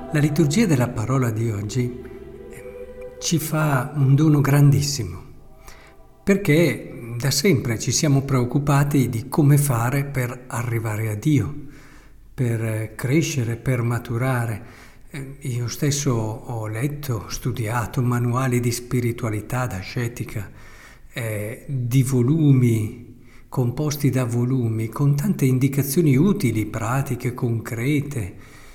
La liturgia della parola di oggi ci fa un dono grandissimo, perché da sempre ci siamo preoccupati di come fare per arrivare a Dio, per crescere, per maturare. Io stesso ho letto, studiato manuali di spiritualità, d'ascetica, di volumi, composti da volumi, con tante indicazioni utili, pratiche, concrete,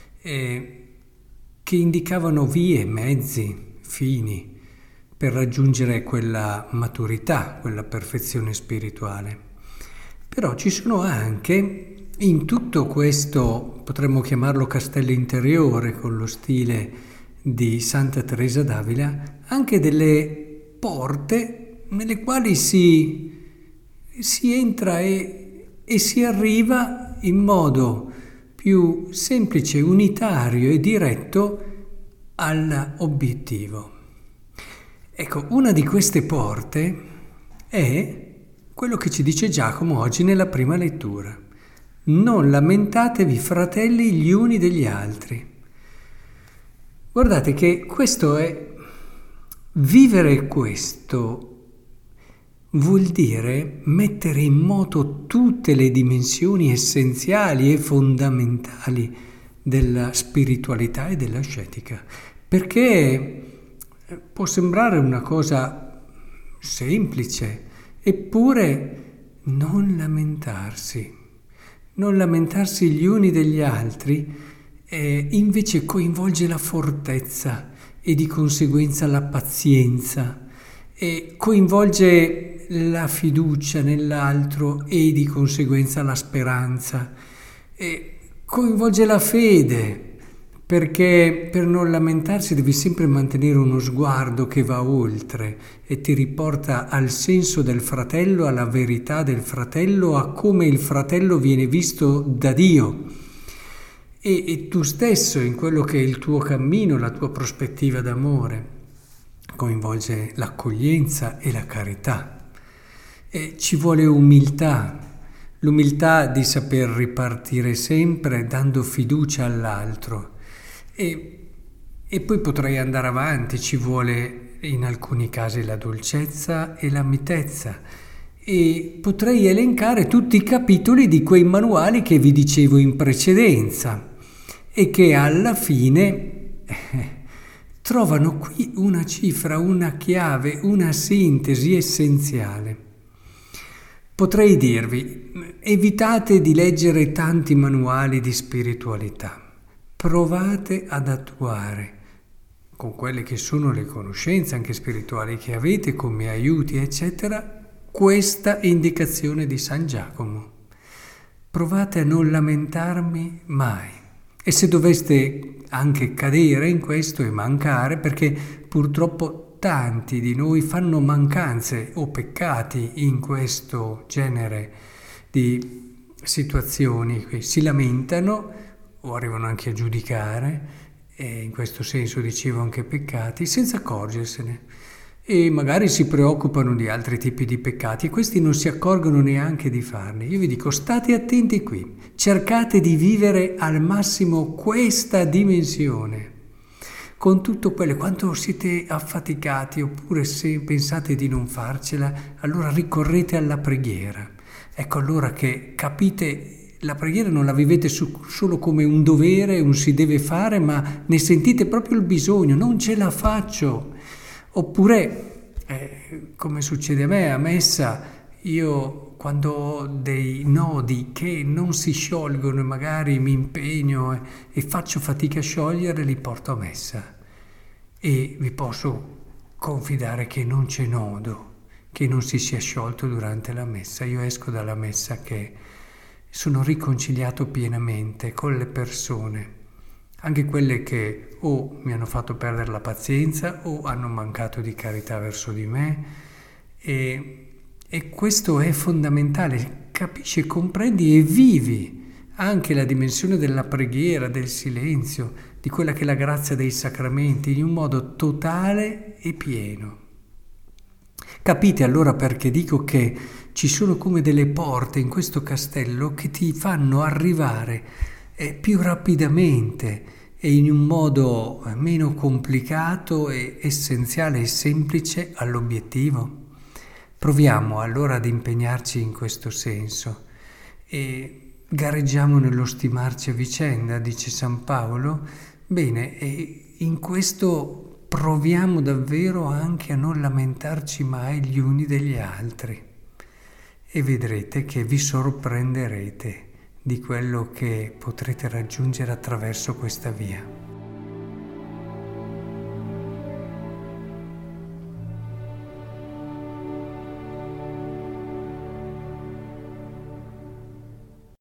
che indicavano vie, mezzi, fini per raggiungere quella maturità, quella perfezione spirituale. Però ci sono anche in tutto questo, potremmo chiamarlo castello interiore con lo stile di Santa Teresa d'Avila, anche delle porte nelle quali si entra e si arriva in modo più semplice, unitario e diretto all'obiettivo. Ecco, una di queste porte è quello che ci dice Giacomo oggi nella prima lettura. Non lamentatevi, fratelli, gli uni degli altri. Guardate che questo è vivere questo. Vuol dire mettere in moto tutte le dimensioni essenziali e fondamentali della spiritualità e dell'ascetica, perché può sembrare una cosa semplice, eppure non lamentarsi gli uni degli altri, invece coinvolge la fortezza e di conseguenza la pazienza, e coinvolge la fiducia nell'altro e di conseguenza la speranza, e coinvolge la fede, perché per non lamentarsi devi sempre mantenere uno sguardo che va oltre e ti riporta al senso del fratello, alla verità del fratello, a come il fratello viene visto da Dio. E tu stesso in quello che è il tuo cammino, la tua prospettiva d'amore. Coinvolge l'accoglienza e la carità. E ci vuole umiltà, l'umiltà di saper ripartire sempre dando fiducia all'altro. E poi potrei andare avanti, ci vuole in alcuni casi la dolcezza e la mitezza. E potrei elencare tutti i capitoli di quei manuali che vi dicevo in precedenza e che alla fine trovano qui una cifra, una chiave, una sintesi essenziale. Potrei dirvi, evitate di leggere tanti manuali di spiritualità. Provate ad attuare, con quelle che sono le conoscenze anche spirituali che avete come aiuti, eccetera, questa indicazione di San Giacomo. Provate a non lamentarmi mai. E se doveste anche cadere in questo e mancare, perché purtroppo tanti di noi fanno mancanze o peccati in questo genere di situazioni, si lamentano o arrivano anche a giudicare, e in questo senso dicevo anche peccati, senza accorgersene. E magari si preoccupano di altri tipi di peccati e questi non si accorgono neanche di farli. Io vi dico, state attenti qui, cercate di vivere al massimo questa dimensione, con tutto quello, quanto siete affaticati, oppure se pensate di non farcela, allora ricorrete alla preghiera. Ecco allora che capite, la preghiera non la vivete solo come un dovere, un si deve fare, ma ne sentite proprio il bisogno, non ce la faccio. Oppure, come succede a me, a messa, io quando ho dei nodi che non si sciolgono e magari mi impegno e faccio fatica a sciogliere, li porto a messa. E vi posso confidare che non c'è nodo che non si sia sciolto durante la messa. Io esco dalla messa che sono riconciliato pienamente con le persone, anche quelle che o mi hanno fatto perdere la pazienza o hanno mancato di carità verso di me, e questo è fondamentale. Capisci, comprendi e vivi anche la dimensione della preghiera, del silenzio, di quella che è la grazia dei sacramenti in un modo totale e pieno. Capite allora perché dico che ci sono come delle porte in questo castello che ti fanno arrivare più rapidamente e in un modo meno complicato e essenziale e semplice all'obiettivo. Proviamo allora ad impegnarci in questo senso e gareggiamo nello stimarci a vicenda, dice San Paolo. Bene, e in questo proviamo davvero anche a non lamentarci mai gli uni degli altri e vedrete che vi sorprenderete di quello che potrete raggiungere attraverso questa via.